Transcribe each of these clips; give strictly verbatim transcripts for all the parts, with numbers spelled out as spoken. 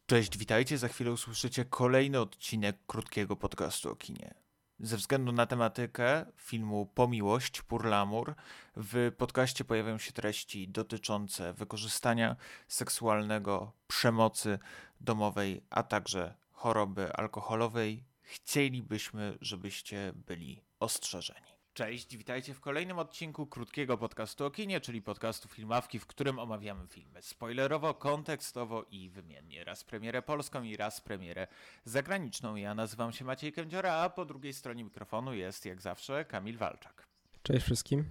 Cześć, witajcie. Za chwilę usłyszycie kolejny odcinek krótkiego podcastu o kinie. Ze względu na tematykę filmu Pomiłość, Pour l'amour, w podcaście pojawią się treści dotyczące wykorzystania seksualnego, przemocy domowej, a także choroby alkoholowej. Chcielibyśmy, żebyście byli ostrzeżeni. Cześć, witajcie w kolejnym odcinku krótkiego podcastu o kinie, czyli podcastu Filmawki, w którym omawiamy filmy spoilerowo, kontekstowo i wymiennie. Raz premierę polską i raz premierę zagraniczną. Ja nazywam się Maciej Kędziora, a po drugiej stronie mikrofonu jest jak zawsze Kamil Walczak. Cześć wszystkim.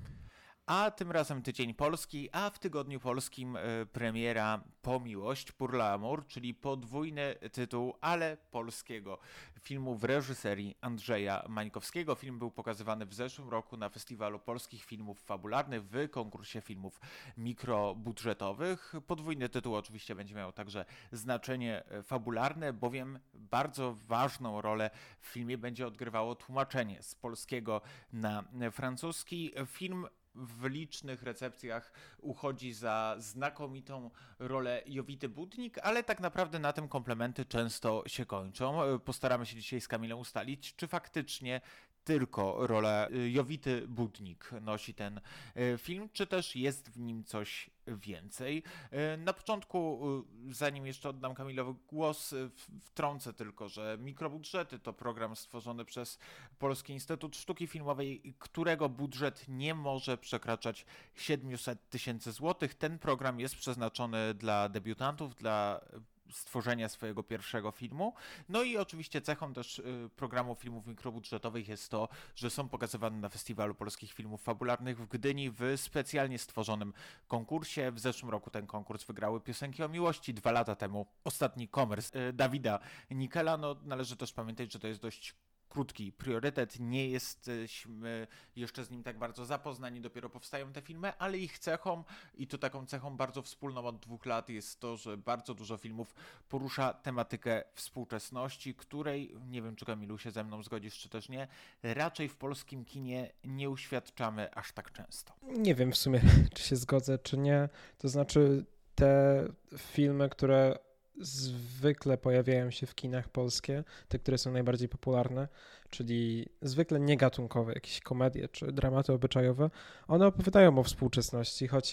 A tym razem tydzień polski, a w tygodniu polskim y, premiera Pomiłość, Pour l'amour, czyli podwójny tytuł, ale polskiego filmu w reżyserii Andrzeja Mańkowskiego. Film był pokazywany w zeszłym roku na Festiwalu Polskich Filmów Fabularnych w konkursie filmów mikrobudżetowych. Podwójny tytuł oczywiście będzie miał także znaczenie fabularne, bowiem bardzo ważną rolę w filmie będzie odgrywało tłumaczenie z polskiego na francuski. Film w licznych recepcjach uchodzi za znakomitą rolę Jowity Budnik, ale tak naprawdę na tym komplementy często się kończą. Postaramy się dzisiaj z Kamilem ustalić, czy faktycznie tylko rola Jowity Budnik nosi ten film, czy też jest w nim coś więcej. Na początku, zanim jeszcze oddam Kamilowi głos, wtrącę tylko, że Mikrobudżety to program stworzony przez Polski Instytut Sztuki Filmowej, którego budżet nie może przekraczać siedemset tysięcy złotych. Ten program jest przeznaczony dla debiutantów, dla stworzenia swojego pierwszego filmu. No i oczywiście cechą też programu filmów mikrobudżetowych jest to, że są pokazywane na Festiwalu Polskich Filmów Fabularnych w Gdyni w specjalnie stworzonym konkursie. W zeszłym roku ten konkurs wygrały Piosenki o miłości, dwa lata temu ostatni komers Dawida Nikela. No należy też pamiętać, że to jest dość krótki priorytet, nie jesteśmy jeszcze z nim tak bardzo zapoznani, dopiero powstają te filmy, ale ich cechą, i to taką cechą bardzo wspólną od dwóch lat, jest to, że bardzo dużo filmów porusza tematykę współczesności, której, nie wiem czy Kamilu się ze mną zgodzisz, czy też nie, raczej w polskim kinie nie uświadczamy aż tak często. Nie wiem w sumie, czy się zgodzę, czy nie. To znaczy te filmy, które zwykle pojawiają się w kinach polskie, te, które są najbardziej popularne, czyli zwykle niegatunkowe, jakieś komedie czy dramaty obyczajowe, one opowiadają o współczesności, choć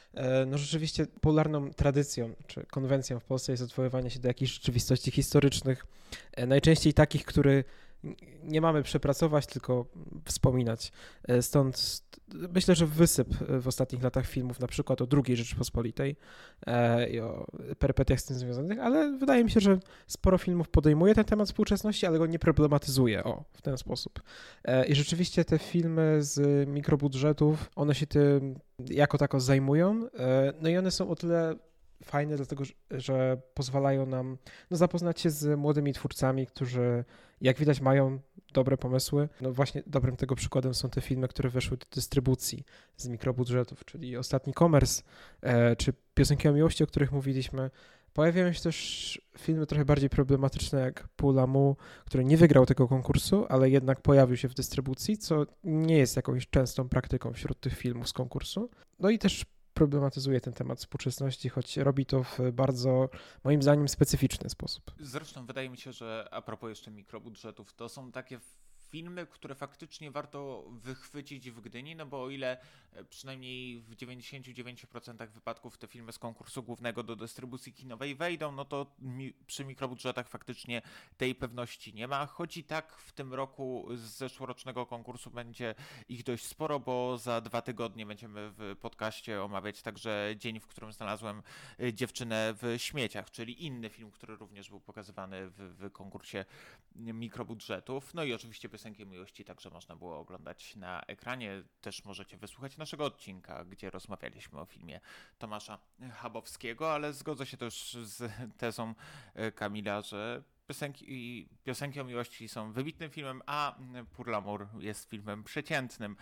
no rzeczywiście popularną tradycją czy konwencją w Polsce jest odwoływanie się do jakichś rzeczywistości historycznych, najczęściej takich, które nie mamy przepracować, tylko wspominać. Stąd myślę, że wysyp w ostatnich latach filmów, na przykład o drugiej Rzeczypospolitej e, i o perypetiach z tym związanych, ale wydaje mi się, że sporo filmów podejmuje ten temat współczesności, ale go nie problematyzuje, o, w ten sposób. E, I rzeczywiście te filmy z mikrobudżetów, one się tym jako tako zajmują, e, no i one są o tyle fajne, dlatego że pozwalają nam no, zapoznać się z młodymi twórcami, którzy jak widać mają dobre pomysły. No właśnie dobrym tego przykładem są te filmy, które weszły do dystrybucji z mikrobudżetów, czyli Ostatni komers, e, czy Piosenki o miłości, o których mówiliśmy. Pojawiają się też filmy trochę bardziej problematyczne jak Pour l'amour, który nie wygrał tego konkursu, ale jednak pojawił się w dystrybucji, co nie jest jakąś częstą praktyką wśród tych filmów z konkursu. No i też problematyzuje ten temat współczesności, choć robi to w bardzo, moim zdaniem, specyficzny sposób. Zresztą wydaje mi się, że a propos jeszcze mikrobudżetów, to są takie filmy, które faktycznie warto wychwycić w Gdyni, no bo o ile przynajmniej w dziewięćdziesiąt dziewięć procent wypadków te filmy z konkursu głównego do dystrybucji kinowej wejdą, no to mi, przy mikrobudżetach faktycznie tej pewności nie ma, choć i tak w tym roku z zeszłorocznego konkursu będzie ich dość sporo, bo za dwa tygodnie będziemy w podcaście omawiać także dzień, w którym znalazłem dziewczynę w śmieciach, czyli inny film, który również był pokazywany w, w konkursie mikrobudżetów. No i oczywiście Piosenki o miłości także można było oglądać na ekranie. Też możecie wysłuchać naszego odcinka, gdzie rozmawialiśmy o filmie Tomasza Chabowskiego, ale zgodzę się też z tezą Kamila, że Piosenki, Piosenki o miłości są wybitnym filmem, a Pour l'amour jest filmem przeciętnym.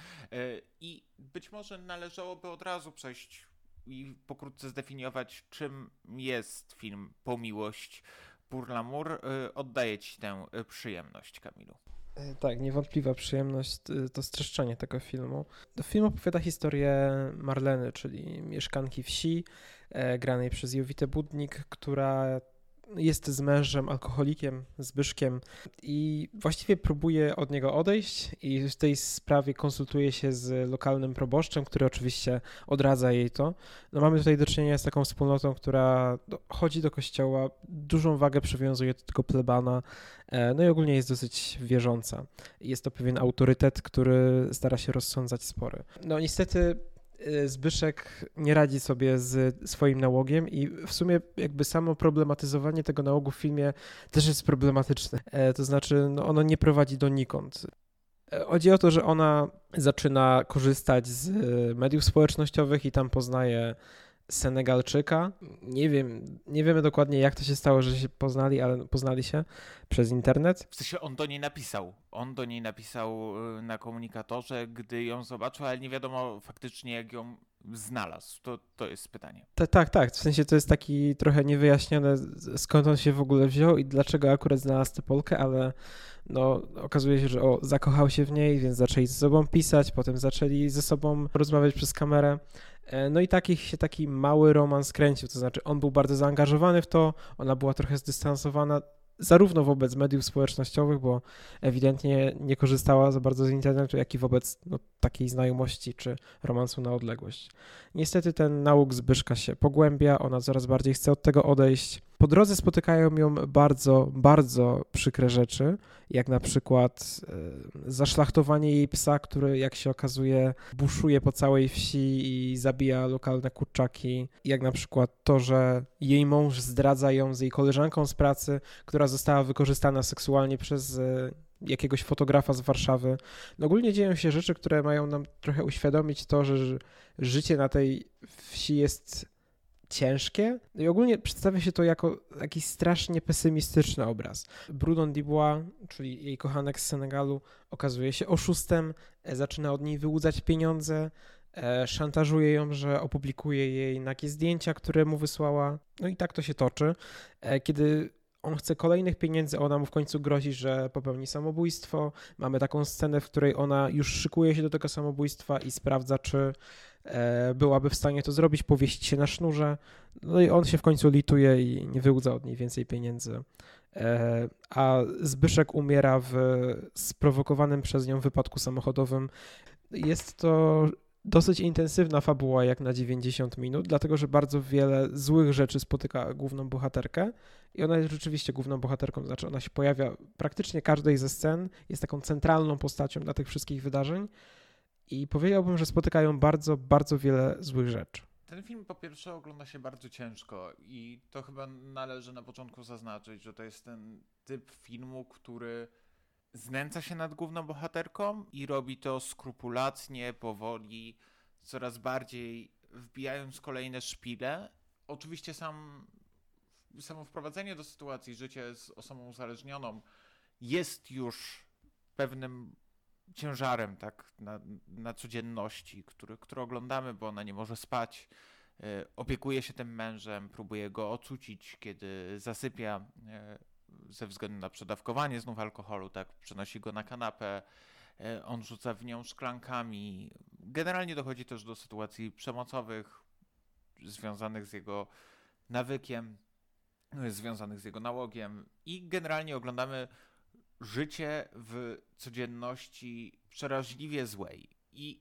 I być może należałoby od razu przejść i pokrótce zdefiniować, czym jest film Pomiłość, Pour l'amour. Oddaję Ci tę przyjemność, Kamilu. Tak, niewątpliwa przyjemność to streszczenie tego filmu. Film opowiada historię Marleny, czyli mieszkanki wsi, granej przez Jowitę Budnik, która jest z mężem alkoholikiem, Zbyszkiem i właściwie próbuje od niego odejść i w tej sprawie konsultuje się z lokalnym proboszczem, który oczywiście odradza jej to. No mamy tutaj do czynienia z taką wspólnotą, która chodzi do kościoła, dużą wagę przywiązuje do tego plebana, no i ogólnie jest dosyć wierząca. Jest to pewien autorytet, który stara się rozsądzać spory. No niestety Zbyszek nie radzi sobie z swoim nałogiem i w sumie jakby samo problematyzowanie tego nałogu w filmie też jest problematyczne. To znaczy no ono nie prowadzi donikąd. Chodzi o to, że ona zaczyna korzystać z mediów społecznościowych i tam poznaje Senegalczyka. Nie wiem, nie wiemy dokładnie jak to się stało, że się poznali, ale poznali się przez internet. W sensie on do niej napisał. On do niej napisał na komunikatorze, gdy ją zobaczył, ale nie wiadomo faktycznie jak ją znalazł. To, to jest pytanie. Tak, tak, tak. W sensie to jest taki trochę niewyjaśnione, skąd on się w ogóle wziął i dlaczego akurat znalazł tę Polkę, ale no okazuje się, że o, zakochał się w niej, więc zaczęli ze sobą pisać, potem zaczęli ze sobą rozmawiać przez kamerę. No i taki się taki mały romans kręcił, to znaczy on był bardzo zaangażowany w to, ona była trochę zdystansowana zarówno wobec mediów społecznościowych, bo ewidentnie nie korzystała za bardzo z internetu, jak i wobec no, takiej znajomości czy romansu na odległość. Niestety ten nałóg Zbyszka się pogłębia, ona coraz bardziej chce od tego odejść. Po drodze spotykają ją bardzo, bardzo przykre rzeczy, jak na przykład e, zaszlachtowanie jej psa, który jak się okazuje buszuje po całej wsi i zabija lokalne kurczaki, jak na przykład to, że jej mąż zdradza ją z jej koleżanką z pracy, która została wykorzystana seksualnie przez e, jakiegoś fotografa z Warszawy. No ogólnie dzieją się rzeczy, które mają nam trochę uświadomić to, że życie na tej wsi jest ciężkie. I ogólnie przedstawia się to jako jakiś strasznie pesymistyczny obraz. Bruno Dubois, czyli jej kochanek z Senegalu, okazuje się oszustem, zaczyna od niej wyłudzać pieniądze, szantażuje ją, że opublikuje jej nagie zdjęcia, które mu wysłała. No i tak to się toczy. Kiedy on chce kolejnych pieniędzy, ona mu w końcu grozi, że popełni samobójstwo. Mamy taką scenę, w której ona już szykuje się do tego samobójstwa i sprawdza, czy byłaby w stanie to zrobić, powiesić się na sznurze. No i on się w końcu lituje i nie wyłudza od niej więcej pieniędzy. A Zbyszek umiera w sprowokowanym przez nią wypadku samochodowym. Jest to dosyć intensywna fabuła jak na dziewięćdziesiąt minut, dlatego że bardzo wiele złych rzeczy spotyka główną bohaterkę i ona jest rzeczywiście główną bohaterką, znaczy ona się pojawia praktycznie każdej ze scen, jest taką centralną postacią dla tych wszystkich wydarzeń i powiedziałbym, że spotykają bardzo, bardzo wiele złych rzeczy. Ten film po pierwsze ogląda się bardzo ciężko i to chyba należy na początku zaznaczyć, że to jest ten typ filmu, który znęca się nad główną bohaterką i robi to skrupulatnie, powoli, coraz bardziej wbijając kolejne szpile. Oczywiście sam, samo wprowadzenie do sytuacji życia z osobą uzależnioną jest już pewnym ciężarem tak, na, na codzienności, który, który oglądamy, bo ona nie może spać, yy, opiekuje się tym mężem, próbuje go ocucić, kiedy zasypia yy, ze względu na przedawkowanie znów alkoholu, tak, przenosi go na kanapę, yy, on rzuca w nią szklankami. Generalnie dochodzi też do sytuacji przemocowych związanych z jego nawykiem, yy, związanych z jego nałogiem i generalnie oglądamy życie w codzienności przeraźliwie złej. I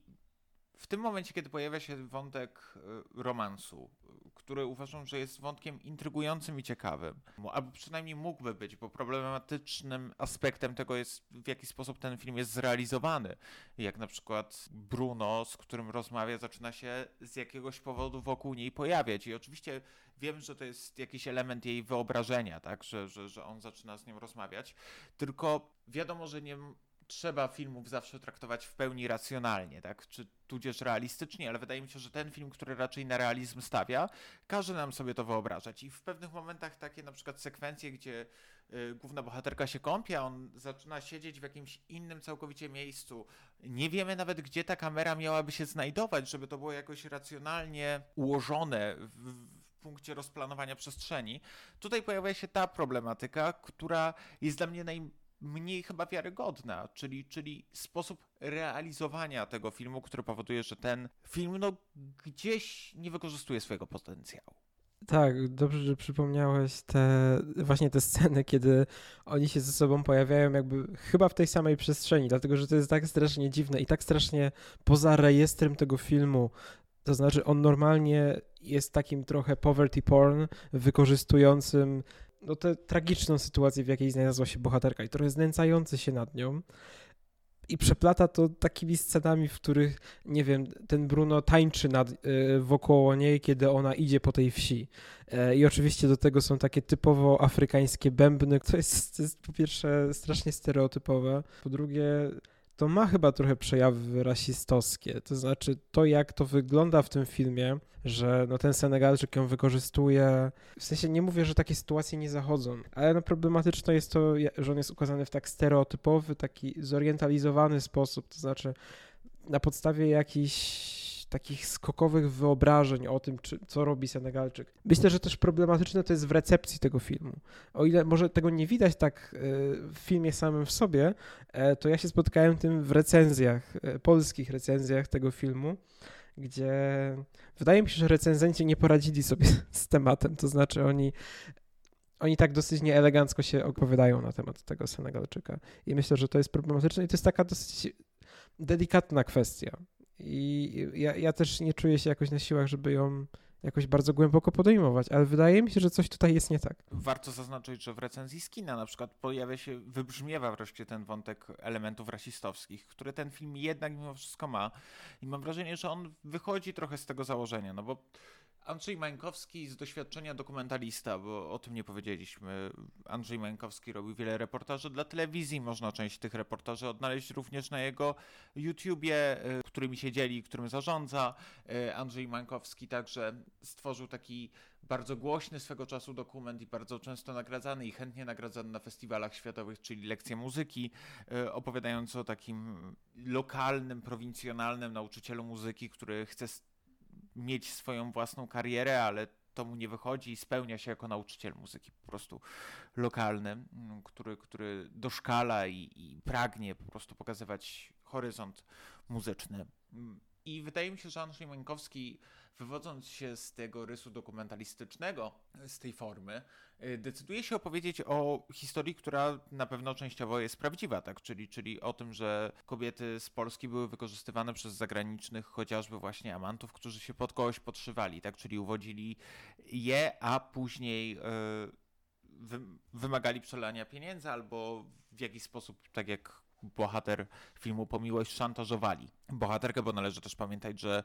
w tym momencie, kiedy pojawia się wątek romansu, który uważam, że jest wątkiem intrygującym i ciekawym, albo przynajmniej mógłby być, bo problematycznym aspektem tego jest, w jaki sposób ten film jest zrealizowany. Jak na przykład Bruno, z którym rozmawia, zaczyna się z jakiegoś powodu wokół niej pojawiać. I oczywiście wiem, że to jest jakiś element jej wyobrażenia, tak, że, że, że on zaczyna z nią rozmawiać, tylko wiadomo, że nie trzeba filmów zawsze traktować w pełni racjonalnie, tak, czy tudzież realistycznie, ale wydaje mi się, że ten film, który raczej na realizm stawia, każe nam sobie to wyobrażać i w pewnych momentach takie na przykład sekwencje, gdzie y, główna bohaterka się kąpie, a on zaczyna siedzieć w jakimś innym całkowicie miejscu. Nie wiemy nawet, gdzie ta kamera miałaby się znajdować, żeby to było jakoś racjonalnie ułożone w, w punkcie rozplanowania przestrzeni. Tutaj pojawia się ta problematyka, która jest dla mnie naj mniej chyba wiarygodna, czyli, czyli sposób realizowania tego filmu, który powoduje, że ten film no, gdzieś nie wykorzystuje swojego potencjału. Tak, dobrze, że przypomniałeś te właśnie te sceny, kiedy oni się ze sobą pojawiają jakby chyba w tej samej przestrzeni, dlatego że to jest tak strasznie dziwne i tak strasznie poza rejestrem tego filmu. To znaczy on normalnie jest takim trochę poverty porn, wykorzystującym no tę tragiczną sytuację, w jakiej znalazła się bohaterka i trochę znęcający się nad nią. I przeplata to takimi scenami, w których, nie wiem, ten Bruno tańczy nad, y, wokoło niej, kiedy ona idzie po tej wsi. E, I oczywiście do tego są takie typowo afrykańskie bębny, to jest, to jest po pierwsze strasznie stereotypowe, po drugie to ma chyba trochę przejawy rasistowskie, to znaczy to, jak to wygląda w tym filmie, że no ten Senegalczyk ją wykorzystuje, w sensie nie mówię, że takie sytuacje nie zachodzą, ale no problematyczne jest to, że on jest ukazany w tak stereotypowy, taki zorientalizowany sposób, to znaczy na podstawie jakichś takich skokowych wyobrażeń o tym, czy, co robi Senegalczyk. Myślę, że też problematyczne to jest w recepcji tego filmu. O ile może tego nie widać tak w filmie samym w sobie, to ja się spotkałem tym w recenzjach, polskich recenzjach tego filmu, gdzie wydaje mi się, że recenzenci nie poradzili sobie z tematem, to znaczy oni oni tak dosyć nieelegancko się opowiadają na temat tego Senegalczyka i myślę, że to jest problematyczne i to jest taka dosyć delikatna kwestia i ja, ja też nie czuję się jakoś na siłach, żeby ją jakoś bardzo głęboko podejmować, ale wydaje mi się, że coś tutaj jest nie tak. Warto zaznaczyć, że w recenzji z kina na przykład pojawia się, wybrzmiewa wreszcie ten wątek elementów rasistowskich, który ten film jednak mimo wszystko ma i mam wrażenie, że on wychodzi trochę z tego założenia, no bo Andrzej Mańkowski z doświadczenia dokumentalista, bo o tym nie powiedzieliśmy. Andrzej Mańkowski robił wiele reportaży dla telewizji, można część tych reportaży odnaleźć również na jego YouTubie, którymi się dzieli, którym zarządza. Andrzej Mańkowski także stworzył taki bardzo głośny swego czasu dokument i bardzo często nagradzany i chętnie nagradzany na festiwalach światowych, czyli Lekcje muzyki, opowiadający o takim lokalnym, prowincjonalnym nauczycielu muzyki, który chce mieć swoją własną karierę, ale to mu nie wychodzi i spełnia się jako nauczyciel muzyki po prostu lokalny, który, który doszkala i, i pragnie po prostu pokazywać horyzont muzyczny. I wydaje mi się, że Andrzej Mańkowski, wywodząc się z tego rysu dokumentalistycznego, z tej formy, decyduje się opowiedzieć o historii, która na pewno częściowo jest prawdziwa, tak? Czyli, czyli o tym, że kobiety z Polski były wykorzystywane przez zagranicznych, chociażby właśnie amantów, którzy się pod kogoś podszywali, tak? Czyli uwodzili je, a później yy, wy, wymagali przelania pieniędzy albo w jakiś sposób, tak jak bohater filmu Pomiłość, szantażowali bohaterkę, bo należy też pamiętać, że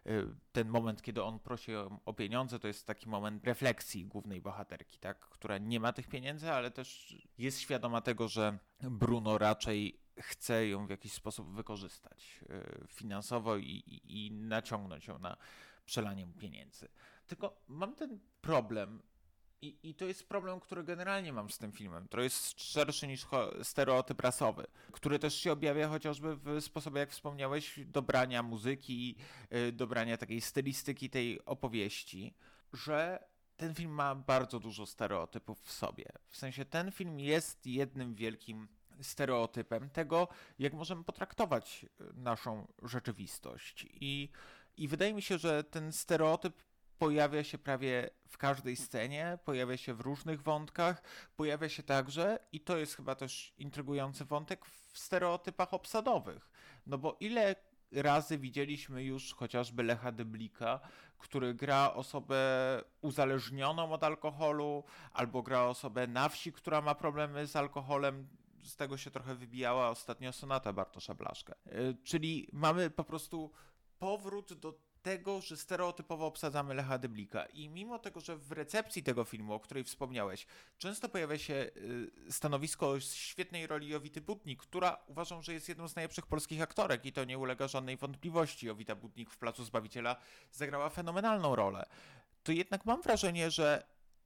ten moment, kiedy on prosi o pieniądze, to jest taki moment refleksji głównej bohaterki, tak, która nie ma tych pieniędzy, ale też jest świadoma tego, że Bruno raczej chce ją w jakiś sposób wykorzystać finansowo i, i, i naciągnąć ją na przelanie mu pieniędzy. Tylko mam ten problem, I, I to jest problem, który generalnie mam z tym filmem. To jest szerszy niż stereotyp rasowy, który też się objawia chociażby w sposobie, jak wspomniałeś, dobrania muzyki, dobrania takiej stylistyki tej opowieści, że ten film ma bardzo dużo stereotypów w sobie. W sensie ten film jest jednym wielkim stereotypem tego, jak możemy potraktować naszą rzeczywistość. I, i wydaje mi się, że ten stereotyp pojawia się prawie w każdej scenie, pojawia się w różnych wątkach, pojawia się także, i to jest chyba też intrygujący wątek, w stereotypach obsadowych. No bo ile razy widzieliśmy już chociażby Lecha Dyblika, który gra osobę uzależnioną od alkoholu, albo gra osobę na wsi, która ma problemy z alkoholem. Z tego się trochę wybijała ostatnio sonata Bartosza Blaszkę. Czyli mamy po prostu powrót do tego, że stereotypowo obsadzamy Lecha Dyblika. I mimo tego, że w recepcji tego filmu, o której wspomniałeś, często pojawia się stanowisko świetnej roli Jowity Budnik, która uważam, że jest jedną z najlepszych polskich aktorek i to nie ulega żadnej wątpliwości. Jowita Budnik w Placu Zbawiciela zagrała fenomenalną rolę. To jednak mam wrażenie, że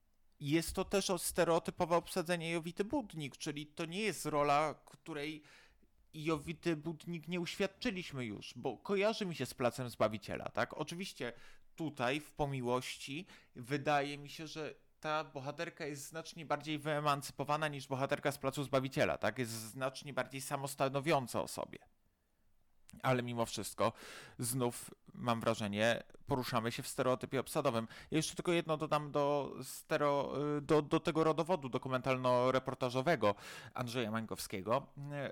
jest to też stereotypowe obsadzenie Jowity Budnik, czyli to nie jest rola, której Jowity Budnik nie uświadczyliśmy już, bo kojarzy mi się z Placem Zbawiciela, tak? Oczywiście tutaj w Pomiłości wydaje mi się, że ta bohaterka jest znacznie bardziej wyemancypowana niż bohaterka z Placu Zbawiciela, tak? Jest znacznie bardziej samostanowiąca o sobie. ale mimo wszystko znów mam wrażenie, poruszamy się w stereotypie obsadowym. Ja jeszcze tylko jedno dodam do, stereo, do, do tego rodowodu dokumentalno-reportażowego Andrzeja Mańkowskiego,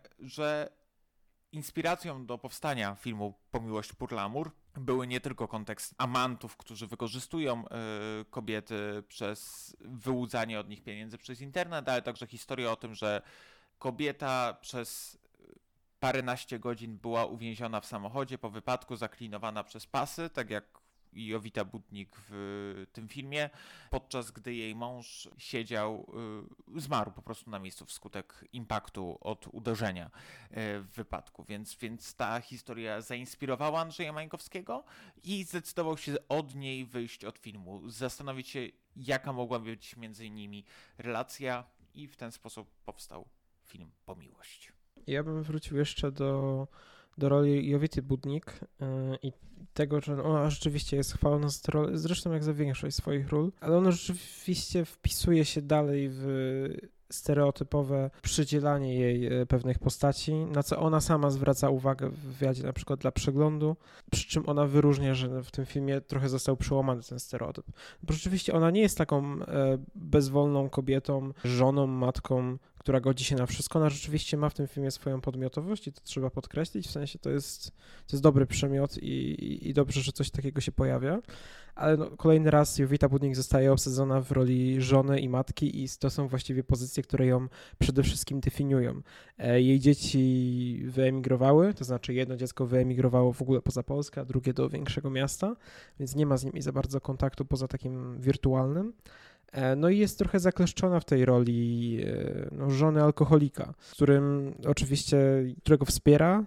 że inspiracją do powstania filmu Po miłość pour l'amour były nie tylko kontekst amantów, którzy wykorzystują y, kobiety przez wyłudzanie od nich pieniędzy przez internet, ale także historia o tym, że kobieta przez paręnaście godzin była uwięziona w samochodzie po wypadku, zaklinowana przez pasy, tak jak Jowita Budnik w tym filmie, podczas gdy jej mąż siedział, y, zmarł po prostu na miejscu wskutek impaktu od uderzenia y, w wypadku. Więc, więc ta historia zainspirowała Andrzeja Mańkowskiego i zdecydował się od niej wyjść od filmu, zastanowić się, jaka mogła być między nimi relacja i w ten sposób powstał film Po miłość. Ja bym wrócił jeszcze do, do roli Jowity Budnik yy, i tego, że ona rzeczywiście jest chwalona za tę rolę, zresztą jak za większość swoich ról, ale ona rzeczywiście wpisuje się dalej w stereotypowe przydzielanie jej pewnych postaci, na co ona sama zwraca uwagę w wywiadzie na przykład dla Przeglądu, przy czym ona wyróżnia, że w tym filmie trochę został przełamany ten stereotyp. Bo rzeczywiście ona nie jest taką bezwolną kobietą, żoną, matką, która godzi się na wszystko. Ona rzeczywiście ma w tym filmie swoją podmiotowość i to trzeba podkreślić, w sensie to jest, to jest dobry przymiot i, i, i dobrze, że coś takiego się pojawia. Ale no, kolejny raz Jowita Budnik zostaje obsadzona w roli żony i matki i to są właściwie pozycje, które ją przede wszystkim definiują. Jej dzieci wyemigrowały, to znaczy jedno dziecko wyemigrowało w ogóle poza Polskę, a drugie do większego miasta, więc nie ma z nimi za bardzo kontaktu poza takim wirtualnym. No i jest trochę zakleszczona w tej roli no, żony alkoholika, którym oczywiście, którego wspiera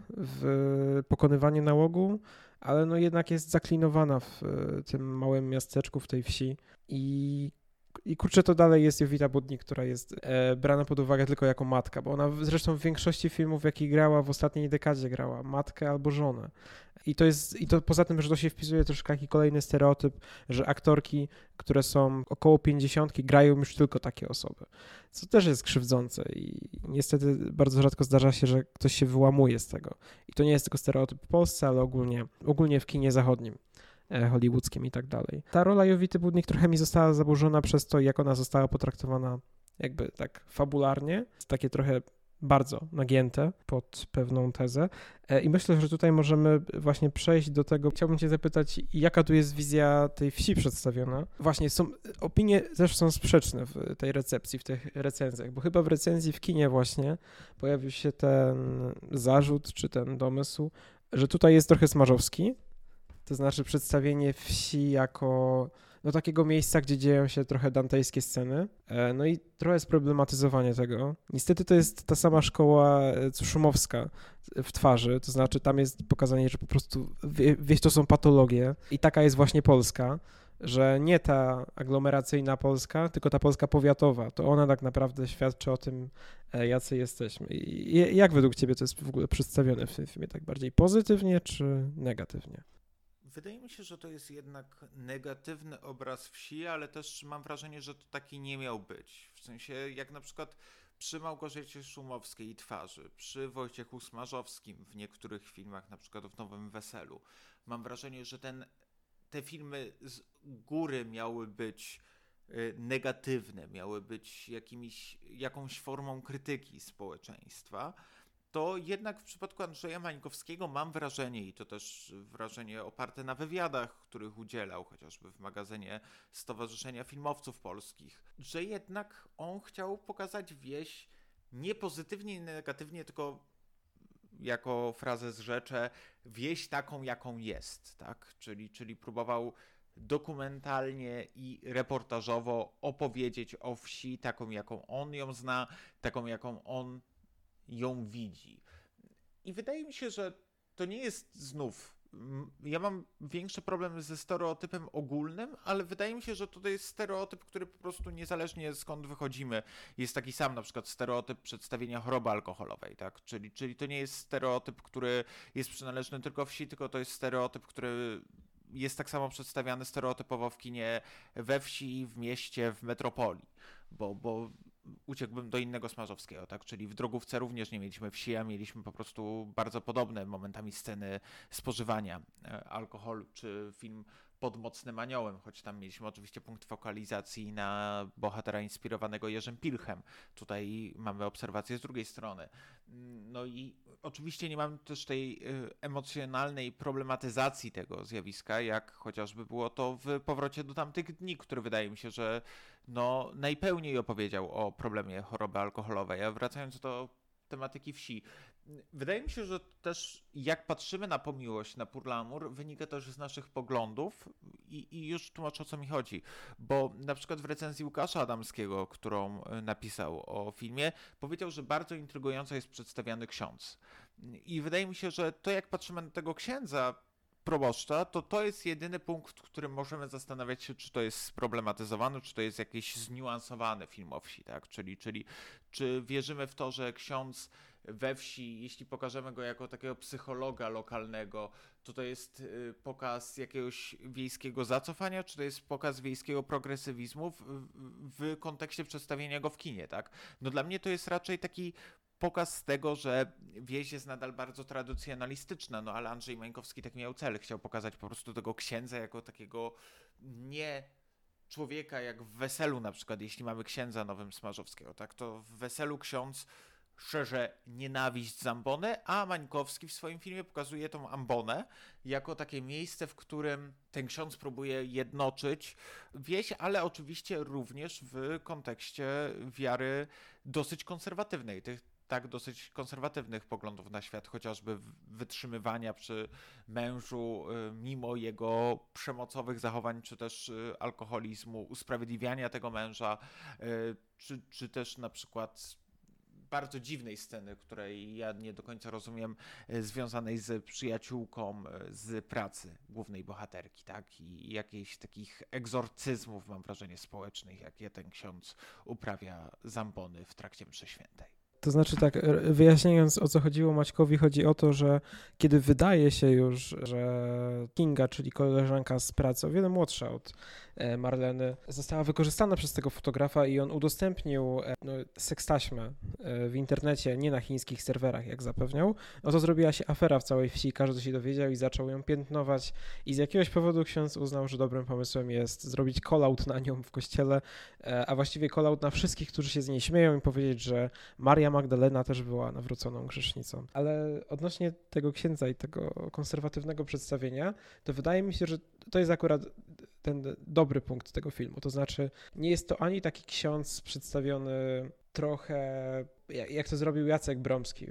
w pokonywaniu nałogu, ale no jednak jest zaklinowana w tym małym miasteczku, w tej wsi i, i kurczę, to dalej jest Jowita Budnik, która jest e, brana pod uwagę tylko jako matka, bo ona zresztą w większości filmów, w jakich grała, w ostatniej dekadzie grała matkę albo żonę. I to jest, i to poza tym, że to się wpisuje też taki kolejny stereotyp, że aktorki, które są około pięćdziesiątki, grają już tylko takie osoby, co też jest krzywdzące i niestety bardzo rzadko zdarza się, że ktoś się wyłamuje z tego. I to nie jest tylko stereotyp w Polsce, ale ogólnie, ogólnie w kinie zachodnim, hollywoodzkim i tak dalej. Ta rola Jowity Budnik trochę mi została zaburzona przez to, jak ona została potraktowana jakby tak fabularnie, takie trochę bardzo nagięte pod pewną tezę i myślę, że tutaj możemy właśnie przejść do tego. Chciałbym cię zapytać, jaka tu jest wizja tej wsi przedstawiona? Właśnie są, opinie też są sprzeczne w tej recepcji, w tych recenzjach, bo chyba w recenzji w kinie właśnie pojawił się ten zarzut, czy ten domysł, że tutaj jest trochę smarzowski, to znaczy przedstawienie wsi jako no, takiego miejsca, gdzie dzieją się trochę dantejskie sceny, no i trochę sproblematyzowanie tego. Niestety to jest ta sama szkoła co Szumowska w Twarzy, to znaczy tam jest pokazanie, że po prostu wieś to są patologie i taka jest właśnie Polska, że nie ta aglomeracyjna Polska, tylko ta Polska powiatowa, to ona tak naprawdę świadczy o tym, jacy jesteśmy. I jak według ciebie to jest w ogóle przedstawione w tym filmie, tak bardziej pozytywnie czy negatywnie? Wydaje mi się, że to jest jednak negatywny obraz wsi, ale też mam wrażenie, że to taki nie miał być. W sensie jak na przykład przy Małgorzacie Szumowskiej i Twarzy, przy Wojciechu Smarzowskim w niektórych filmach, na przykład w Nowym Weselu. Mam wrażenie, że ten, te filmy z góry miały być negatywne, miały być jakimiś, jakąś formą krytyki społeczeństwa. To jednak w przypadku Andrzeja Mańkowskiego mam wrażenie, i to też wrażenie oparte na wywiadach, których udzielał, chociażby w magazynie Stowarzyszenia Filmowców Polskich, że jednak on chciał pokazać wieś nie pozytywnie i negatywnie, tylko jako frazę zrzeczę, wieś taką, jaką jest, tak? Czyli, czyli próbował dokumentalnie i reportażowo opowiedzieć o wsi taką, jaką on ją zna, taką, jaką on ją widzi. I wydaje mi się, że to nie jest znów... Ja mam większy problem ze stereotypem ogólnym, ale wydaje mi się, że to jest stereotyp, który po prostu niezależnie skąd wychodzimy, jest taki sam, na przykład stereotyp przedstawienia choroby alkoholowej, tak? Czyli, czyli to nie jest stereotyp, który jest przynależny tylko wsi, tylko to jest stereotyp, który jest tak samo przedstawiany stereotypowo w kinie we wsi, w mieście, w metropolii, bo, bo uciekłbym do innego Smarzowskiego, tak? Czyli w Drogówce również nie mieliśmy wsi, a mieliśmy po prostu bardzo podobne momentami sceny spożywania e, alkoholu, czy film Pod mocnym aniołem, choć tam mieliśmy oczywiście punkt fokalizacji na bohatera inspirowanego Jerzym Pilchem. Tutaj mamy obserwację z drugiej strony. No i oczywiście nie mam też tej y, emocjonalnej problematyzacji tego zjawiska, jak chociażby było to w Powrocie do tamtych dni, który wydaje mi się, że no, najpełniej opowiedział o problemie choroby alkoholowej. A wracając do tematyki wsi, wydaje mi się, że też jak patrzymy na Pomiłość, na Pour l'Amour, wynika też z naszych poglądów i, i już tłumaczę, o co mi chodzi. Bo na przykład w recenzji Łukasza Adamskiego, którą napisał o filmie, powiedział, że bardzo intrygująco jest przedstawiany ksiądz. I wydaje mi się, że to jak patrzymy na tego księdza, proboszcza, to to jest jedyny punkt, w którym możemy zastanawiać się, czy to jest sproblematyzowane, czy to jest jakiś zniuansowany film o wsi, tak? Czyli, czyli czy wierzymy w to, że ksiądz we wsi, jeśli pokażemy go jako takiego psychologa lokalnego, to to jest pokaz jakiegoś wiejskiego zacofania, czy to jest pokaz wiejskiego progresywizmu w, w kontekście przedstawienia go w kinie, tak? No dla mnie to jest raczej taki pokaz tego, że wieś jest nadal bardzo tradycjonalistyczna, no ale Andrzej Mańkowski tak miał cel, chciał pokazać po prostu tego księdza jako takiego nie człowieka jak w Weselu na przykład, jeśli mamy księdza Nowym Smarzowskiego, tak, to w Weselu ksiądz szerze nienawiść z ambony, a Mańkowski w swoim filmie pokazuje tą ambonę jako takie miejsce, w którym ten ksiądz próbuje jednoczyć wieś, ale oczywiście również w kontekście wiary dosyć konserwatywnej, tych tak dosyć konserwatywnych poglądów na świat, chociażby wytrzymywania przy mężu mimo jego przemocowych zachowań, czy też alkoholizmu, usprawiedliwiania tego męża, czy, czy też na przykład bardzo dziwnej sceny, której ja nie do końca rozumiem, związanej z przyjaciółką z pracy głównej bohaterki, tak? I jakichś takich egzorcyzmów, mam wrażenie, społecznych, jakie ten ksiądz uprawia z ambony w trakcie mszy świętej. To znaczy tak, wyjaśniając, o co chodziło Maćkowi, chodzi o to, że kiedy wydaje się już, że Kinga, czyli koleżanka z pracy, o wiele młodsza od Marleny, została wykorzystana przez tego fotografa i on udostępnił no, sekstaśmę w internecie, nie na chińskich serwerach, jak zapewniał, no to zrobiła się afera w całej wsi, każdy się dowiedział i zaczął ją piętnować i z jakiegoś powodu ksiądz uznał, że dobrym pomysłem jest zrobić call-out na nią w kościele, a właściwie call-out na wszystkich, którzy się z niej śmieją i powiedzieć, że Maria Magdalena też była nawróconą grzesznicą. Ale odnośnie tego księdza i tego konserwatywnego przedstawienia, to wydaje mi się, że to jest akurat ten dobry punkt tego filmu. To znaczy, nie jest to ani taki ksiądz przedstawiony trochę, jak to zrobił Jacek Bromski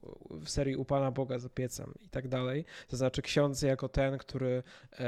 w serii U Pana Boga za piecem i tak dalej. To znaczy ksiądz jako ten, który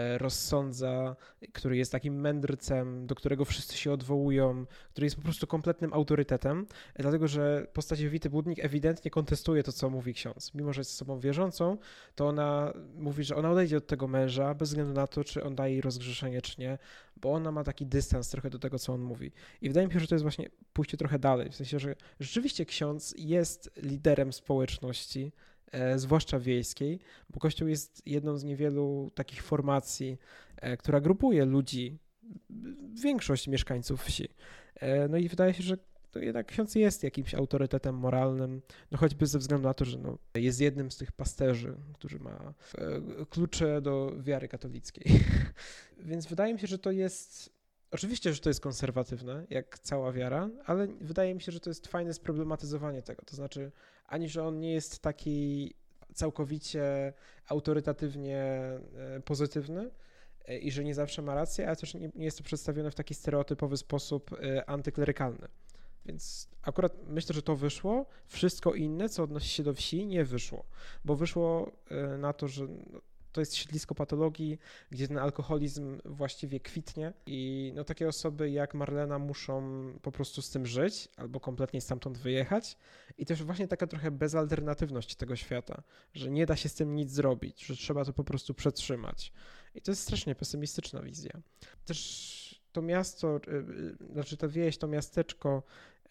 rozsądza, który jest takim mędrcem, do którego wszyscy się odwołują, który jest po prostu kompletnym autorytetem, dlatego że postać Jowity Budnik ewidentnie kontestuje to, co mówi ksiądz. Mimo że jest osobą wierzącą, to ona mówi, że ona odejdzie od tego męża bez względu na to, czy on daje jej rozgrzeszenie, czy nie, bo ona ma taki dystans trochę do tego, co on mówi. I wydaje mi się, że to jest właśnie pójście trochę dalej, w sensie, że rzeczywiście ksiądz jest liderem społeczności, e, zwłaszcza wiejskiej, bo Kościół jest jedną z niewielu takich formacji, e, która grupuje ludzi, większość mieszkańców wsi. E, no i wydaje się, że to jednak ksiądz jest jakimś autorytetem moralnym, no choćby ze względu na to, że no, jest jednym z tych pasterzy, którzy ma e, klucze do wiary katolickiej. Więc wydaje mi się, że to jest... Oczywiście, że to jest konserwatywne, jak cała wiara, ale wydaje mi się, że to jest fajne sproblematyzowanie tego. To znaczy, ani że on nie jest taki całkowicie autorytatywnie pozytywny i że nie zawsze ma rację, ale też nie, nie jest to przedstawione w taki stereotypowy sposób antyklerykalny. Więc akurat myślę, że to wyszło. Wszystko inne, co odnosi się do wsi, nie wyszło, bo wyszło na to, że to jest siedlisko patologii, gdzie ten alkoholizm właściwie kwitnie i no takie osoby jak Marlena muszą po prostu z tym żyć albo kompletnie stamtąd wyjechać i też właśnie taka trochę bezalternatywność tego świata, że nie da się z tym nic zrobić, że trzeba to po prostu przetrzymać. I to jest strasznie pesymistyczna wizja. Też to miasto, znaczy ta wieś, to miasteczko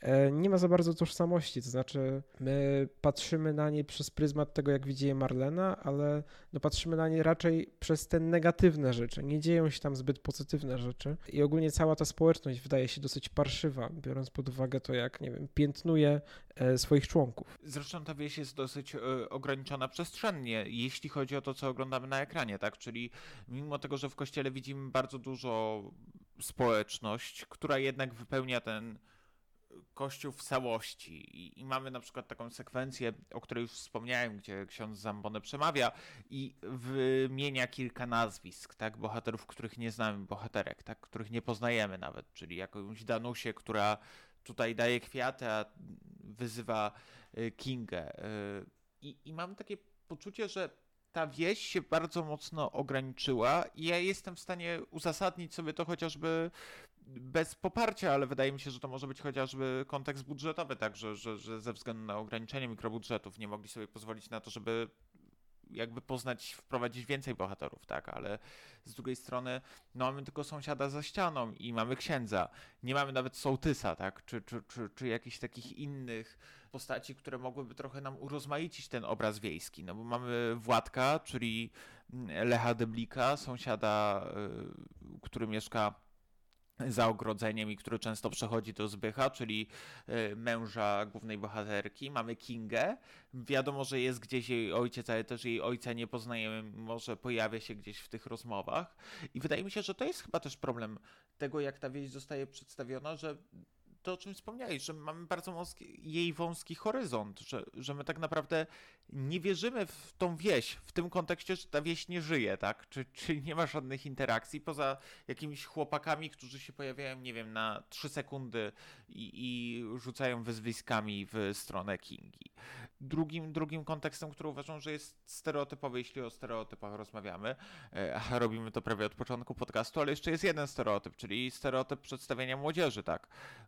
nie ma za bardzo tożsamości, to znaczy my patrzymy na nie przez pryzmat tego, jak widzi je Marlena, ale no patrzymy na nie raczej przez te negatywne rzeczy, nie dzieją się tam zbyt pozytywne rzeczy i ogólnie cała ta społeczność wydaje się dosyć parszywa, biorąc pod uwagę to, jak, nie wiem, piętnuje swoich członków. Zresztą ta wieś jest dosyć y, ograniczona przestrzennie, jeśli chodzi o to, co oglądamy na ekranie, tak? Czyli mimo tego, że w kościele widzimy bardzo dużo społeczność, która jednak wypełnia ten kościół w całości I, i mamy na przykład taką sekwencję, o której już wspomniałem, gdzie ksiądz Zambonę przemawia i wymienia kilka nazwisk, tak, bohaterów, których nie znamy, bohaterek, tak, których nie poznajemy nawet, czyli jakąś Danusię, która tutaj daje kwiaty, a wyzywa Kingę. I, i mam takie poczucie, że ta wieś się bardzo mocno ograniczyła i ja jestem w stanie uzasadnić sobie to chociażby bez poparcia, ale wydaje mi się, że to może być chociażby kontekst budżetowy, tak, że, że, że ze względu na ograniczenie mikrobudżetów nie mogli sobie pozwolić na to, żeby jakby poznać, wprowadzić więcej bohaterów, tak, ale z drugiej strony no mamy tylko sąsiada za ścianą i mamy księdza, nie mamy nawet sołtysa, tak, czy, czy, czy, czy jakichś takich innych postaci, które mogłyby trochę nam urozmaicić ten obraz wiejski, no bo mamy Władka, czyli Lecha Deblika, sąsiada, yy, który mieszka za ogrodzeniem i który często przechodzi do Zbycha, czyli męża głównej bohaterki. Mamy Kingę. Wiadomo, że jest gdzieś jej ojciec, ale też jej ojca nie poznajemy, może pojawia się gdzieś w tych rozmowach. I wydaje mi się, że to jest chyba też problem tego, jak ta wieś zostaje przedstawiona, że to, o czym wspomniałeś, że mamy bardzo wąski, jej wąski horyzont, że, że my tak naprawdę nie wierzymy w tą wieś, w tym kontekście, że ta wieś nie żyje, tak? Czy, czyli nie ma żadnych interakcji poza jakimiś chłopakami, którzy się pojawiają, nie wiem, na trzy sekundy i, i rzucają wyzwiskami w stronę Kingi. Drugim, drugim kontekstem, który uważam, że jest stereotypowy, jeśli o stereotypach rozmawiamy, a robimy to prawie od początku podcastu, ale jeszcze jest jeden stereotyp, czyli stereotyp przedstawienia młodzieży, tak?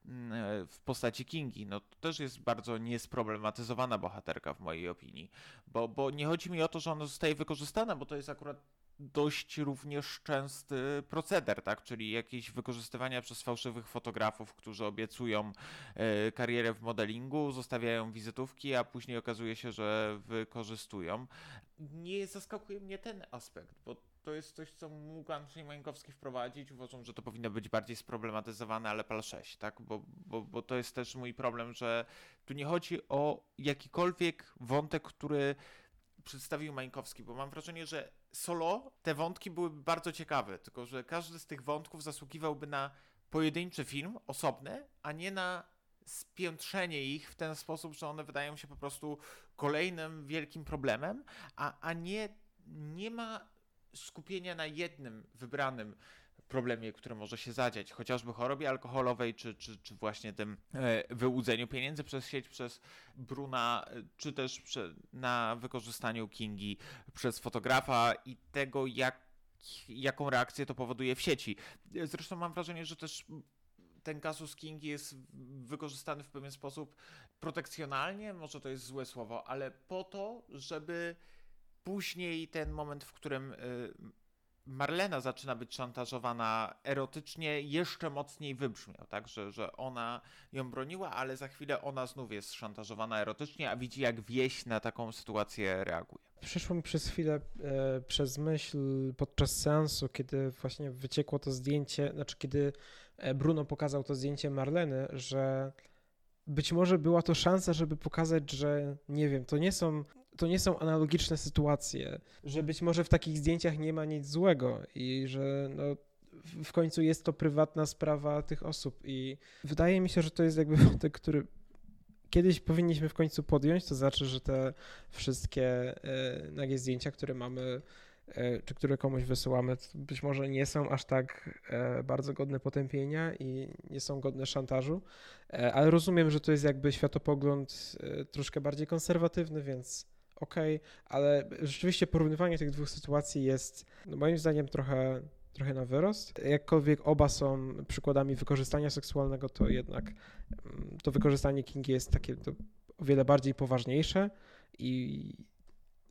W postaci Kingi. No to też jest bardzo niesproblematyzowana bohaterka w mojej opinii, bo, bo nie chodzi mi o to, że ona zostaje wykorzystana, bo to jest akurat dość również częsty proceder, tak? Czyli jakieś wykorzystywania przez fałszywych fotografów, którzy obiecują e, karierę w modelingu, zostawiają wizytówki, a później okazuje się, że wykorzystują. Nie zaskakuje mnie ten aspekt, bo to jest coś, co mógł Andrzej Mańkowski wprowadzić. Uważam, że to powinno być bardziej sproblematyzowane, ale pal sześć, tak? Bo, bo, bo to jest też mój problem, że tu nie chodzi o jakikolwiek wątek, który przedstawił Mańkowski, bo mam wrażenie, że solo te wątki byłyby bardzo ciekawe, tylko że każdy z tych wątków zasługiwałby na pojedynczy film, osobny, a nie na spiętrzenie ich w ten sposób, że one wydają się po prostu kolejnym wielkim problemem, a, a nie, nie ma skupienia na jednym wybranym problemie, który może się zadziać, chociażby chorobie alkoholowej, czy, czy, czy właśnie tym e, wyłudzeniu pieniędzy przez sieć, przez Bruna, czy też prze, na wykorzystaniu Kingi przez fotografa i tego, jak, jaką reakcję to powoduje w sieci. Zresztą mam wrażenie, że też ten kasus Kingi jest wykorzystany w pewien sposób protekcjonalnie, może to jest złe słowo, ale po to, żeby później ten moment, w którym y, Marlena zaczyna być szantażowana erotycznie, jeszcze mocniej wybrzmiał, tak, że, że ona ją broniła, ale za chwilę ona znów jest szantażowana erotycznie, a widzi, jak wieś na taką sytuację reaguje. Przyszło mi przez chwilę e, przez myśl podczas seansu, kiedy właśnie wyciekło to zdjęcie, znaczy kiedy Bruno pokazał to zdjęcie Marleny, że być może była to szansa, żeby pokazać, że nie wiem, to nie są, to nie są analogiczne sytuacje, że być może w takich zdjęciach nie ma nic złego i że no, w końcu jest to prywatna sprawa tych osób i wydaje mi się, że to jest jakby wątek, który kiedyś powinniśmy w końcu podjąć, to znaczy, że te wszystkie e, nagie zdjęcia, które mamy, e, czy które komuś wysyłamy, być może nie są aż tak e, bardzo godne potępienia i nie są godne szantażu, e, ale rozumiem, że to jest jakby światopogląd e, troszkę bardziej konserwatywny, więc okej, okay, ale rzeczywiście porównywanie tych dwóch sytuacji jest no, moim zdaniem trochę trochę na wyrost. Jakkolwiek oba są przykładami wykorzystania seksualnego, to jednak to wykorzystanie Kingi jest takie to o wiele bardziej poważniejsze i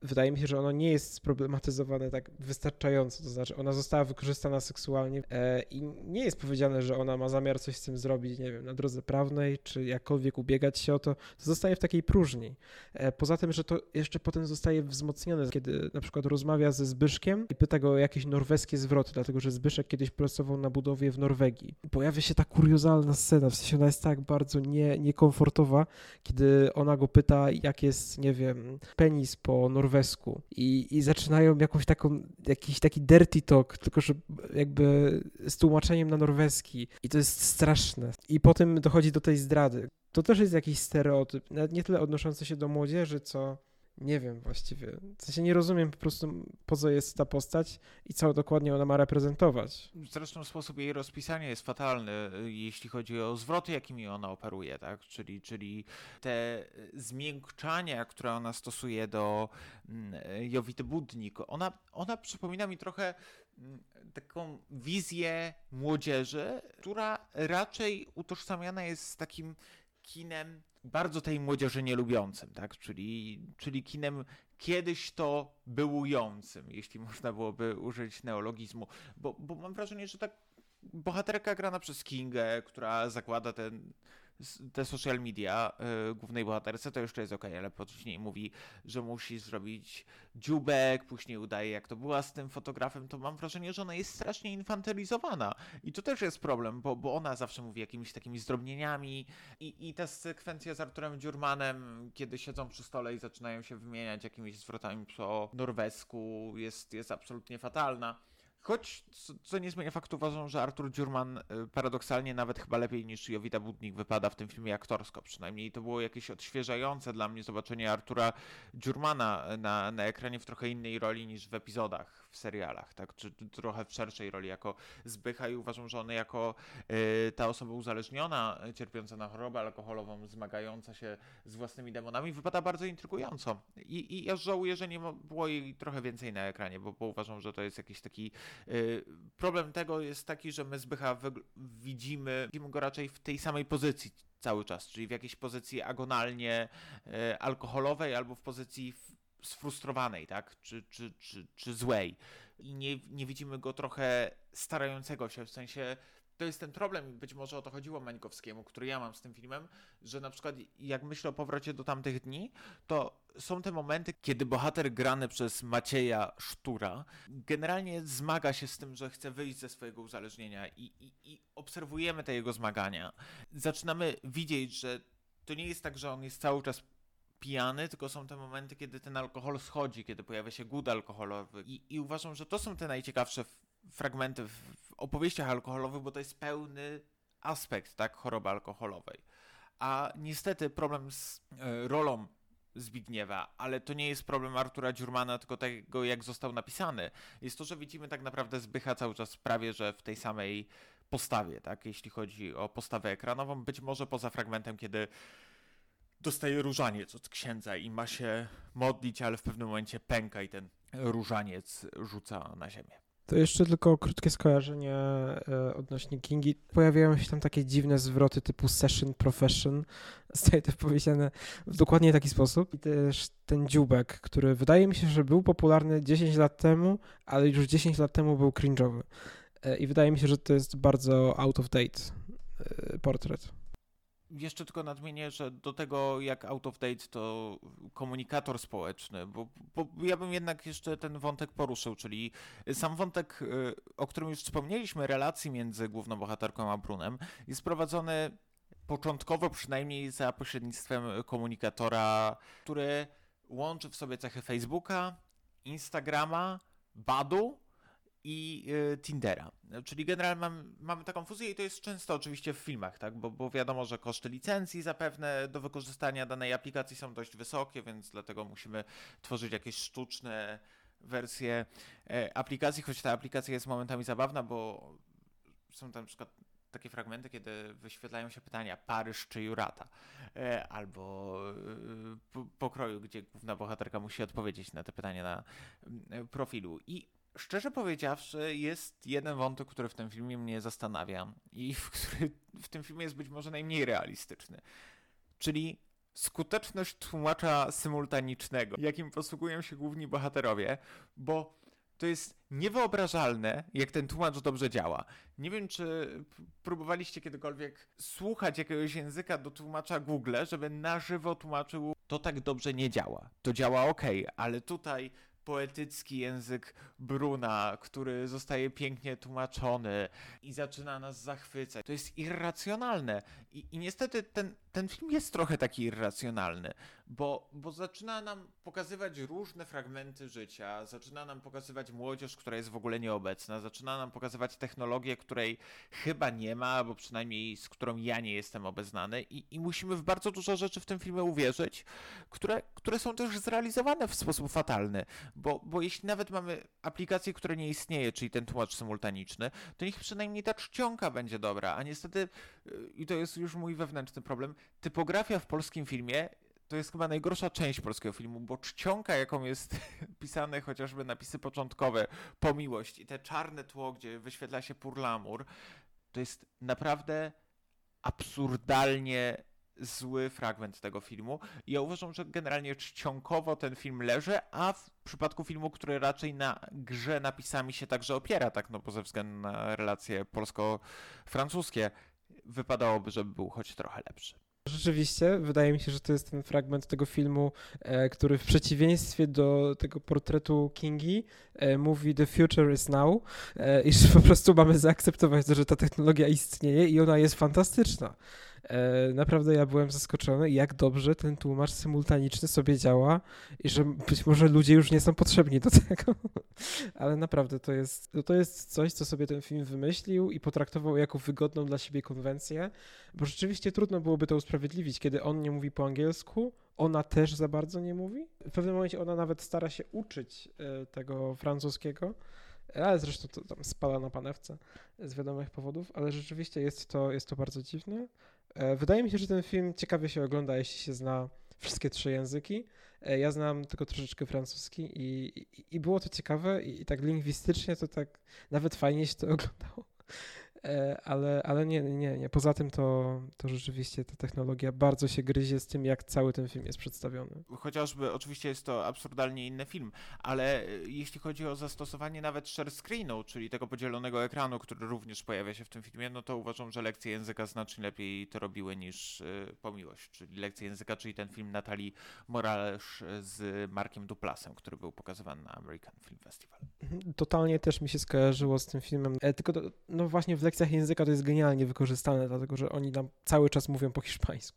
wydaje mi się, że ono nie jest sproblematyzowane tak wystarczająco, to znaczy ona została wykorzystana seksualnie e, i nie jest powiedziane, że ona ma zamiar coś z tym zrobić, nie wiem, na drodze prawnej, czy jakkolwiek ubiegać się o to, to zostaje w takiej próżni. E, poza tym, że to jeszcze potem zostaje wzmocnione, kiedy na przykład rozmawia ze Zbyszkiem i pyta go o jakieś norweskie zwroty, dlatego że Zbyszek kiedyś pracował na budowie w Norwegii. I pojawia się ta kuriozalna scena, w sensie ona jest tak bardzo nie, niekomfortowa, kiedy ona go pyta, jak jest, nie wiem, penis po norwesku i, i zaczynają jakąś taką, jakiś taki dirty talk, tylko że jakby z tłumaczeniem na norweski i to jest straszne. I potem dochodzi do tej zdrady. To też jest jakiś stereotyp, nawet nie tyle odnoszący się do młodzieży, co nie wiem właściwie. W sensie nie rozumiem po prostu, po co jest ta postać i co dokładnie ona ma reprezentować. Zresztą sposób jej rozpisania jest fatalny, jeśli chodzi o zwroty, jakimi ona operuje, tak? Czyli, czyli te zmiękczania, które ona stosuje do Jowity Budnik. Ona, ona przypomina mi trochę taką wizję młodzieży, która raczej utożsamiana jest z takim kinem bardzo tej młodzieży nielubiącym, tak? Czyli, czyli kinem kiedyś to byłującym, jeśli można byłoby użyć neologizmu, bo, bo mam wrażenie, że tak bohaterka grana przez Kingę, która zakłada ten te social media y, głównej bohaterce, to jeszcze jest okej, okay, ale później mówi, że musi zrobić dziubek, później udaje, jak to była z tym fotografem, to mam wrażenie, że ona jest strasznie infantylizowana i to też jest problem, bo, bo ona zawsze mówi jakimiś takimi zdrobnieniami i, i ta sekwencja z Arturem Dziurmanem, kiedy siedzą przy stole i zaczynają się wymieniać jakimiś zwrotami po norwesku, jest, jest absolutnie fatalna. Choć, co, co nie zmienia faktu, uważam, że Artur Dziurman paradoksalnie nawet chyba lepiej niż Jowita Budnik wypada w tym filmie aktorsko. Przynajmniej to było jakieś odświeżające dla mnie zobaczenie Artura Dziurmana na, na ekranie w trochę innej roli niż w epizodach, w serialach, tak? Czy trochę w szerszej roli jako Zbycha i uważam, że on jako y, ta osoba uzależniona, cierpiąca na chorobę alkoholową, zmagająca się z własnymi demonami, wypada bardzo intrygująco. I, i ja żałuję, że nie było jej trochę więcej na ekranie, bo, bo uważam, że to jest jakiś taki problem tego jest taki, że my Zbycha widzimy, widzimy go raczej w tej samej pozycji cały czas, czyli w jakiejś pozycji agonalnie e, alkoholowej albo w pozycji f- sfrustrowanej, tak, czy, czy, czy, czy złej. I nie, nie widzimy go trochę starającego się, w sensie to jest ten problem i być może o to chodziło Mańkowskiemu, który ja mam z tym filmem, że na przykład jak myślę o powrocie do tamtych dni, to są te momenty, kiedy bohater grany przez Macieja Sztura generalnie zmaga się z tym, że chce wyjść ze swojego uzależnienia i, i, i obserwujemy te jego zmagania. Zaczynamy widzieć, że to nie jest tak, że on jest cały czas pijany, tylko są te momenty, kiedy ten alkohol schodzi, kiedy pojawia się głód alkoholowy i, i uważam, że to są te najciekawsze fragmenty w, w opowieściach alkoholowych, bo to jest pełny aspekt, tak, choroby alkoholowej. A niestety problem z y, rolą Zbigniewa, ale to nie jest problem Artura Dziurmana, tylko tego, jak został napisany. Jest to, że widzimy tak naprawdę Zbycha cały czas prawie, że w tej samej postawie, tak, jeśli chodzi o postawę ekranową, być może poza fragmentem, kiedy dostaje różaniec od księdza i ma się modlić, ale w pewnym momencie pęka i ten różaniec rzuca na ziemię. To jeszcze tylko krótkie skojarzenie e, odnośnie Kingi. Pojawiają się tam takie dziwne zwroty typu session, profession. Zostaje to powiedziane w dokładnie taki sposób. I też ten dziubek, który wydaje mi się, że był popularny dziesięć lat temu, ale już dziesięć lat temu był cringe'owy. E, I wydaje mi się, że to jest bardzo out of date e, portret. Jeszcze tylko nadmienię, że do tego jak out of date to komunikator społeczny, bo, bo ja bym jednak jeszcze ten wątek poruszył, czyli sam wątek, o którym już wspomnieliśmy, relacji między główną bohaterką a Brunem, jest prowadzony początkowo przynajmniej za pośrednictwem komunikatora, który łączy w sobie cechy Facebooka, Instagrama, Badu i y, Tindera. Czyli generalnie mamy, mamy taką fuzję i to jest często oczywiście w filmach, tak? Bo, bo wiadomo, że koszty licencji zapewne do wykorzystania danej aplikacji są dość wysokie, więc dlatego musimy tworzyć jakieś sztuczne wersje e, aplikacji, choć ta aplikacja jest momentami zabawna, bo są tam na przykład takie fragmenty, kiedy wyświetlają się pytania Paryż czy Jurata, e, albo e, pokroju, gdzie główna bohaterka musi odpowiedzieć na te pytania na e, profilu. I szczerze powiedziawszy, jest jeden wątek, który w tym filmie mnie zastanawia i w, który w tym filmie jest być może najmniej realistyczny. Czyli skuteczność tłumacza symultanicznego, jakim posługują się główni bohaterowie, bo to jest niewyobrażalne, jak ten tłumacz dobrze działa. Nie wiem, czy próbowaliście kiedykolwiek słuchać jakiegoś języka do tłumacza Google, żeby na żywo tłumaczył. To tak dobrze nie działa. To działa ok, ale tutaj poetycki język Bruna, który zostaje pięknie tłumaczony i zaczyna nas zachwycać. To jest irracjonalne. I, i niestety ten, ten film jest trochę taki irracjonalny, bo, bo zaczyna nam pokazywać różne fragmenty życia, zaczyna nam pokazywać młodzież, która jest w ogóle nieobecna, zaczyna nam pokazywać technologię, której chyba nie ma, albo przynajmniej z którą ja nie jestem obeznany i, i musimy w bardzo dużo rzeczy w tym filmie uwierzyć, które, które są też zrealizowane w sposób fatalny. Bo, bo jeśli nawet mamy aplikację, która nie istnieje, czyli ten tłumacz symultaniczny, to niech przynajmniej ta czcionka będzie dobra, a niestety, i to jest już mój wewnętrzny problem, typografia w polskim filmie to jest chyba najgorsza część polskiego filmu, bo czcionka, jaką jest pisane chociażby napisy początkowe, pomiłość i te czarne tło, gdzie wyświetla się Pour-l'amour, to jest naprawdę absurdalnie zły fragment tego filmu. I ja uważam, że generalnie czcionkowo ten film leży, a w przypadku filmu, który raczej na grze napisami się także opiera, tak, no bo ze względu na relacje polsko-francuskie, wypadałoby, żeby był choć trochę lepszy. Rzeczywiście, wydaje mi się, że to jest ten fragment tego filmu, e, który w przeciwieństwie do tego portretu Kingi e, mówi The future is now e, i że po prostu mamy zaakceptować to, że ta technologia istnieje i ona jest fantastyczna. E, naprawdę ja byłem zaskoczony, jak dobrze ten tłumacz symultaniczny sobie działa i że być może ludzie już nie są potrzebni do tego, ale naprawdę to jest, to jest coś, co sobie ten film wymyślił i potraktował jako wygodną dla siebie konwencję, bo rzeczywiście trudno byłoby to usprawiedliwić, kiedy on nie mówi po angielsku, ona też za bardzo nie mówi. W pewnym momencie ona nawet stara się uczyć e, tego francuskiego, ale zresztą to tam spala na panewce z wiadomych powodów, ale rzeczywiście jest to, jest to bardzo dziwne. Wydaje mi się, że ten film ciekawie się ogląda, jeśli się zna wszystkie trzy języki. Ja znam tylko troszeczkę francuski i, i, i było to ciekawe i, i tak lingwistycznie to tak nawet fajnie się to oglądało. Ale, ale nie, nie, nie. Poza tym to, to rzeczywiście ta technologia bardzo się gryzie z tym, jak cały ten film jest przedstawiony. Chociażby oczywiście jest to absurdalnie inny film, ale jeśli chodzi o zastosowanie nawet share screenu, czyli tego podzielonego ekranu, który również pojawia się w tym filmie, no to uważam, że lekcje języka znacznie lepiej to robiły niż y, Pomiłość, czyli lekcje języka, czyli ten film Natalii Morales z Markiem Duplasem, który był pokazywany na American Film Festival. Totalnie też mi się skojarzyło z tym filmem, e, tylko to, no właśnie w lekcjach języka to jest genialnie wykorzystane, dlatego że oni nam cały czas mówią po hiszpańsku,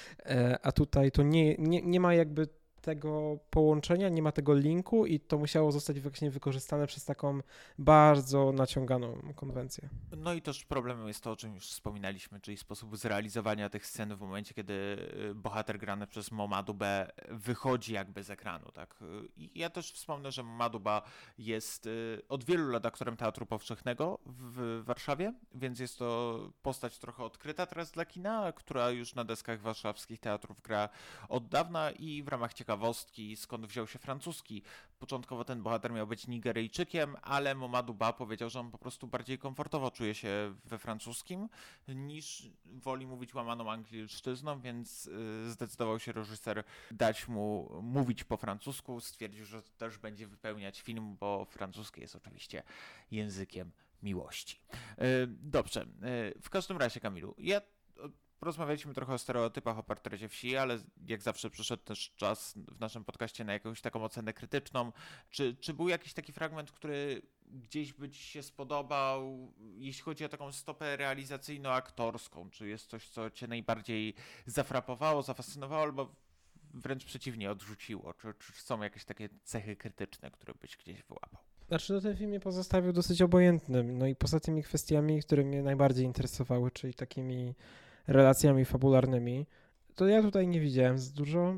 e, a tutaj to nie, nie, nie ma jakby tego połączenia, nie ma tego linku i to musiało zostać właśnie wykorzystane przez taką bardzo naciąganą konwencję. No i też problemem jest to, o czym już wspominaliśmy, czyli sposób zrealizowania tych scen w momencie, kiedy bohater grany przez Mamadou Ba wychodzi jakby z ekranu, tak? I ja też wspomnę, że Mamadou Ba jest od wielu lat aktorem Teatru Powszechnego w Warszawie, więc jest to postać trochę odkryta teraz dla kina, która już na deskach warszawskich teatrów gra od dawna i w ramach ciekawostki, skąd wziął się francuski. Początkowo ten bohater miał być Nigeryjczykiem, ale Mamadou Ba powiedział, że on po prostu bardziej komfortowo czuje się we francuskim, niż woli mówić łamaną angielszczyzną, więc zdecydował się reżyser dać mu mówić po francusku. Stwierdził, że też będzie wypełniać film, bo francuski jest oczywiście językiem miłości. Dobrze, w każdym razie, Kamilu, ja porozmawialiśmy trochę o stereotypach, o portrecie wsi, ale jak zawsze przyszedł też czas w naszym podcaście na jakąś taką ocenę krytyczną. Czy, czy był jakiś taki fragment, który gdzieś by ci się spodobał, jeśli chodzi o taką stopę realizacyjno-aktorską? Czy jest coś, co cię najbardziej zafrapowało, zafascynowało, albo wręcz przeciwnie, odrzuciło? Czy, czy są jakieś takie cechy krytyczne, które byś gdzieś wyłapał? Znaczy, no ten film mnie pozostawił dosyć obojętnym. No i poza tymi kwestiami, które mnie najbardziej interesowały, czyli takimi relacjami fabularnymi, to ja tutaj nie widziałem za dużo.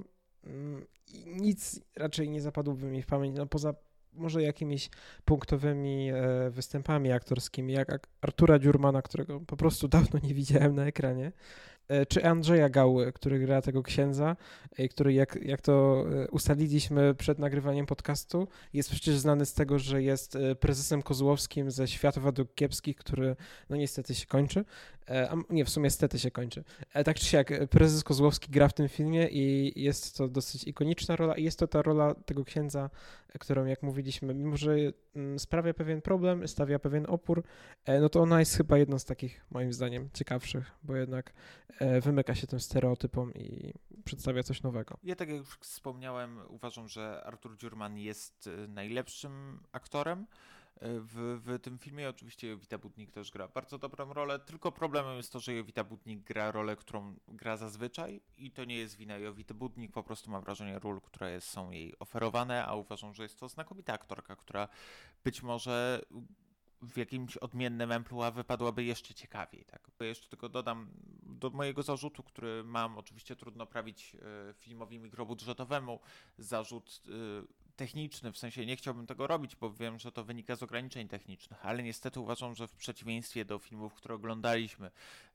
Nic raczej nie zapadłoby mi w pamięć, no poza może jakimiś punktowymi e, występami aktorskimi, jak Artura Dziurmana, którego po prostu dawno nie widziałem na ekranie, e, czy Andrzeja Gały, który gra tego księdza, e, który jak, jak to ustaliliśmy przed nagrywaniem podcastu, jest przecież znany z tego, że jest prezesem Kozłowskim ze Światów Według Kiepskich, który no niestety się kończy. E, a, nie, w sumie stety się kończy. E, tak czy siak, prezes Kozłowski gra w tym filmie i jest to dosyć ikoniczna rola i jest to ta rola tego księdza, którą jak mówiliśmy, mimo że mm, sprawia pewien problem, stawia pewien opór, e, no to ona jest chyba jedną z takich, moim zdaniem, ciekawszych, bo jednak e, wymyka się tym stereotypom i przedstawia coś nowego. Ja, tak jak już wspomniałem, uważam, że Artur Dziurman jest y, najlepszym aktorem y, w, w tym filmie. Oczywiście Jowita Budnik też gra bardzo dobrą rolę, tylko problemem jest to, że Jowita Budnik gra rolę, którą gra zazwyczaj i to nie jest wina Jowity Budnik, po prostu mam wrażenie ról, które jest, są jej oferowane, a uważam, że jest to znakomita aktorka, która być może w jakimś odmiennym amplua wypadłaby jeszcze ciekawiej. Tak? Bo jeszcze tylko dodam do mojego zarzutu, który mam, oczywiście trudno prawić y, filmowi mikrobudżetowemu, zarzut y, techniczny, w sensie nie chciałbym tego robić, bo wiem, że to wynika z ograniczeń technicznych, ale niestety uważam, że w przeciwieństwie do filmów, które oglądaliśmy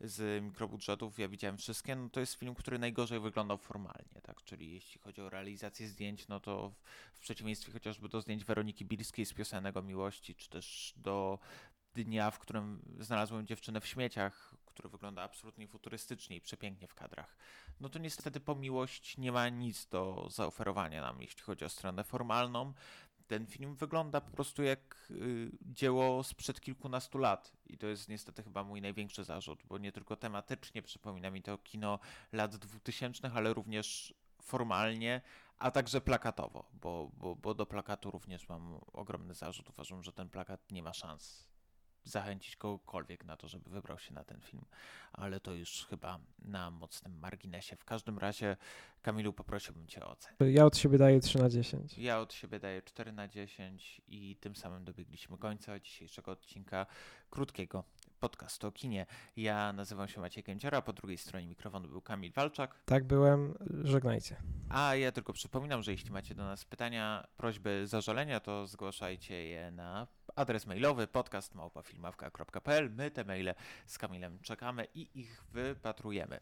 z mikrobudżetów, ja widziałem wszystkie, no to jest film, który najgorzej wyglądał formalnie, tak? Czyli jeśli chodzi o realizację zdjęć, no to w, w przeciwieństwie chociażby do zdjęć Weroniki Bilskiej z Piosenek o miłości, czy też do dnia, w którym znalazłem dziewczynę w śmieciach, który wygląda absolutnie futurystycznie i przepięknie w kadrach, no to niestety po miłość nie ma nic do zaoferowania nam, jeśli chodzi o stronę formalną. Ten film wygląda po prostu jak y, dzieło sprzed kilkunastu lat i to jest niestety chyba mój największy zarzut, bo nie tylko tematycznie przypomina mi to kino lat dwutysięcznych, ale również formalnie, a także plakatowo, bo, bo, bo do plakatu również mam ogromny zarzut. Uważam, że ten plakat nie ma szans zachęcić kogokolwiek na to, żeby wybrał się na ten film, ale to już chyba na mocnym marginesie. W każdym razie, Kamilu, poprosiłbym Cię o ocenę. Ja od siebie daję trzy na dziesięć. Ja od siebie daję cztery na dziesięć i tym samym dobiegliśmy końca dzisiejszego odcinka krótkiego podcastu o kinie. Ja nazywam się Maciej Kędziora, po drugiej stronie mikrofonu był Kamil Walczak. Tak byłem, żegnajcie. A ja tylko przypominam, że jeśli macie do nas pytania, prośby, zażalenia, to zgłaszajcie je na adres mailowy podcast małpa filmawka kropka p l. My te maile z Kamilem czekamy i ich wypatrujemy.